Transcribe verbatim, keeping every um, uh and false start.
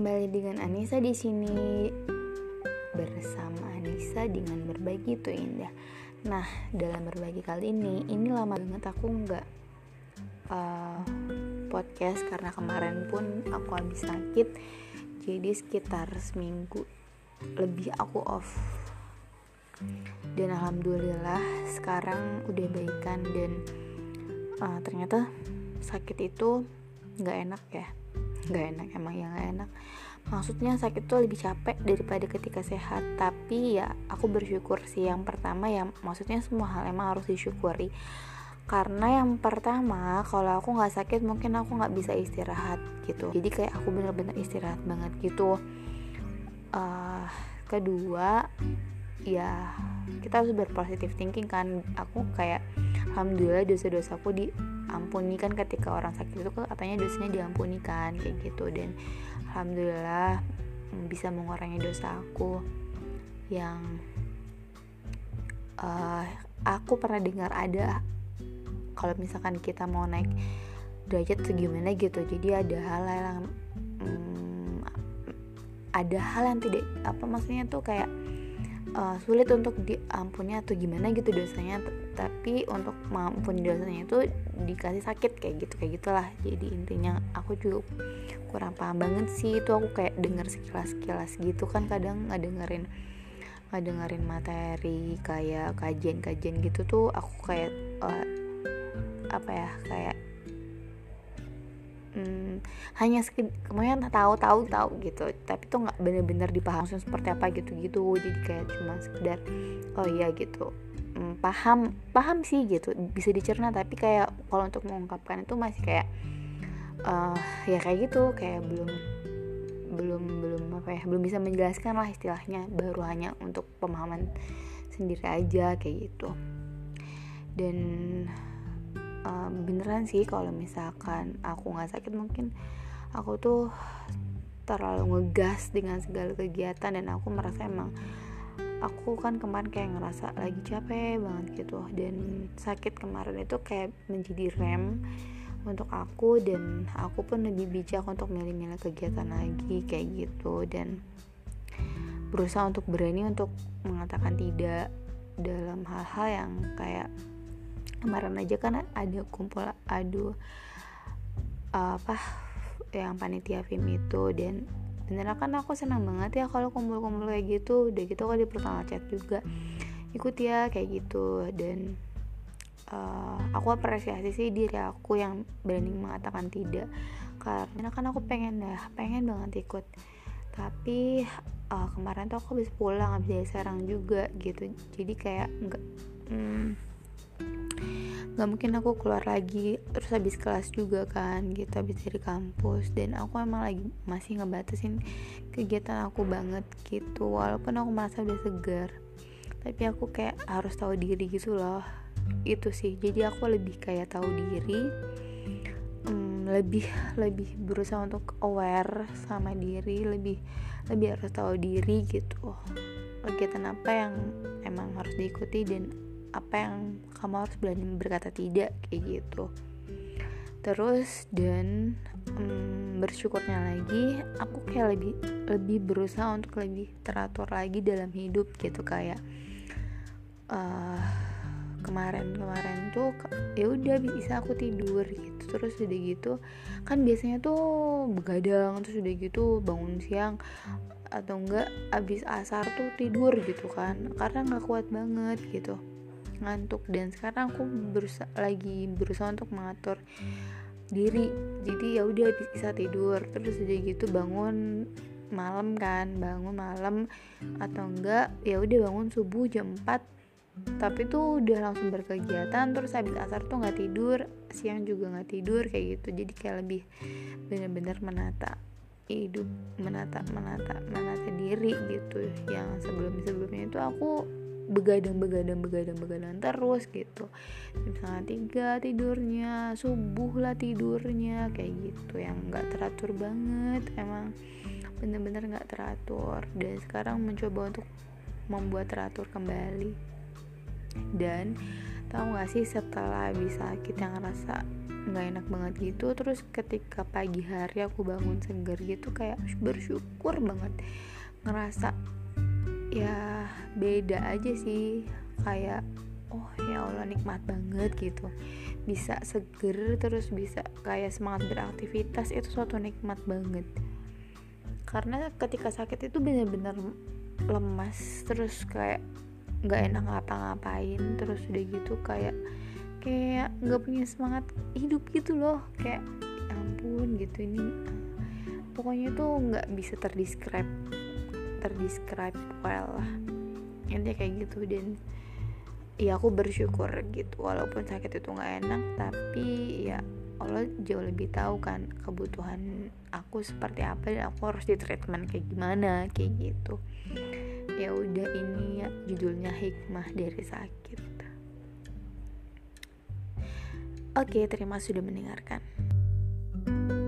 kembali dengan Anissa di sini bersama Anissa dengan berbagi itu indah. Nah, dalam berbagi kali ini, ini lama banget aku nggak uh, podcast karena kemarin pun aku habis sakit, jadi sekitar seminggu lebih aku off. Dan alhamdulillah sekarang udah baikan dan uh, ternyata sakit itu nggak enak ya. Gak enak, emang ya gak enak. Maksudnya sakit tuh lebih capek daripada ketika sehat. Tapi ya aku bersyukur sih. Yang pertama ya, maksudnya semua hal emang harus disyukuri. Karena yang pertama, kalau aku gak sakit mungkin aku gak bisa istirahat gitu. Jadi kayak aku bener-bener istirahat banget gitu. uh, Kedua, ya kita harus berpositif thinking kan. Aku kayak alhamdulillah dosa-dosaku diampuni kan, ketika orang sakit itu katanya dosanya diampuni kan kayak gitu. Dan alhamdulillah bisa mengurangi dosa aku yang uh, aku pernah dengar ada kalau misalkan kita mau naik derajat tuh gimana gitu. Jadi ada hal yang hmm, ada hal yang tidak apa maksudnya tuh kayak Uh, sulit untuk diampuni atau gimana gitu dosanya, t- tapi untuk mengampuni dosanya itu dikasih sakit kayak gitu kayak gitulah. Jadi intinya aku juga kurang paham banget sih itu, aku kayak dengar sekilas-sekilas gitu kan, kadang ngedengerin ngedengerin materi kayak kajian-kajian gitu tuh aku kayak uh, apa ya kayak Hmm, hanya sekedar kemudian tahu-tahu tahu gitu, tapi tuh nggak benar-benar dipaham seperti apa gitu-gitu. Jadi kayak cuma sekedar oh iya gitu, hmm, paham paham sih gitu, bisa dicerna, tapi kayak kalau untuk mengungkapkan itu masih kayak uh, ya kayak gitu, kayak belum belum belum apa ya belum bisa menjelaskan lah istilahnya, baru hanya untuk pemahaman sendiri aja kayak gitu. Dan Uh, beneran sih kalau misalkan aku gak sakit mungkin aku tuh terlalu ngegas dengan segala kegiatan, dan aku merasa emang aku kan kemarin kayak ngerasa lagi capek banget gitu. Dan sakit kemarin itu kayak menjadi rem untuk aku, dan aku pun lebih bijak untuk milih-milih kegiatan lagi kayak gitu, dan berusaha untuk berani untuk mengatakan tidak dalam hal-hal yang kayak kemarin aja kan ada kumpul adu uh, apa yang panitia film itu. Dan beneran kan aku senang banget ya kalau kumpul-kumpul kayak gitu. Udah gitu kan di pertama chat juga ikut ya kayak gitu. Dan uh, aku apresiasi sih diri aku yang berani mengatakan tidak, karena kan aku pengen ya pengen banget ikut, tapi uh, kemarin tuh aku habis pulang habis dari Serang juga gitu. Jadi kayak enggak hmm, gak mungkin aku keluar lagi terus habis kelas juga kan gitu, habis dari kampus. Dan aku emang lagi masih ngebatasin kegiatan aku banget gitu, walaupun aku merasa udah segar, tapi aku kayak harus tahu diri gitu loh. Itu sih, jadi aku lebih kayak tahu diri, hmm, lebih lebih berusaha untuk aware sama diri, lebih lebih harus tahu diri gitu, kegiatan apa yang emang harus diikuti dan apa yang kamu harus berani berkata tidak kayak gitu. Terus dan um, bersyukurnya lagi aku kayak lebih lebih berusaha untuk lebih teratur lagi dalam hidup gitu. Kayak uh, kemarin-kemarin tuh ya udah bisa aku tidur gitu, terus udah gitu kan biasanya tuh begadang, terus udah gitu bangun siang atau enggak abis asar tuh tidur gitu kan, karena nggak kuat banget gitu, ngantuk. Dan sekarang aku berusaha lagi berusaha untuk mengatur diri, jadi ya udah bisa tidur terus udah gitu bangun malam kan, bangun malam atau enggak ya udah bangun subuh jam empat, tapi tuh udah langsung berkegiatan, terus habis asar tuh nggak tidur, siang juga nggak tidur kayak gitu. Jadi kayak lebih benar-benar menata hidup, menata menata menata diri gitu. Yang sebelum-sebelumnya itu aku begadang begadang begadang begadang terus gitu, misalnya tiga tidurnya, subuh lah tidurnya kayak gitu, yang nggak teratur banget, emang bener-bener nggak teratur. Dan sekarang mencoba untuk membuat teratur kembali. Dan tahu nggak sih, setelah habis sakit yang ngerasa nggak enak banget gitu. Terus ketika pagi hari aku bangun seger gitu, kayak bersyukur banget, ngerasa ya beda aja sih, kayak oh ya Allah nikmat banget gitu, bisa seger terus bisa kayak semangat beraktivitas, itu suatu nikmat banget. Karena ketika sakit itu benar-benar lemas, terus kayak nggak enak ngapa-ngapain, terus udah gitu kayak kayak nggak punya semangat hidup gitu loh, kayak ya ampun gitu. Ini pokoknya tuh nggak bisa terdescribe terdescribe well lah, intinya kayak gitu. Dan ya aku bersyukur gitu, walaupun sakit itu nggak enak, tapi ya Allah jauh lebih tahu kan kebutuhan aku seperti apa, dan aku harus di treatment kayak gimana, kayak gitu. Ya udah, ini ya judulnya hikmah dari sakit. Oke, terima sudah mendengarkan.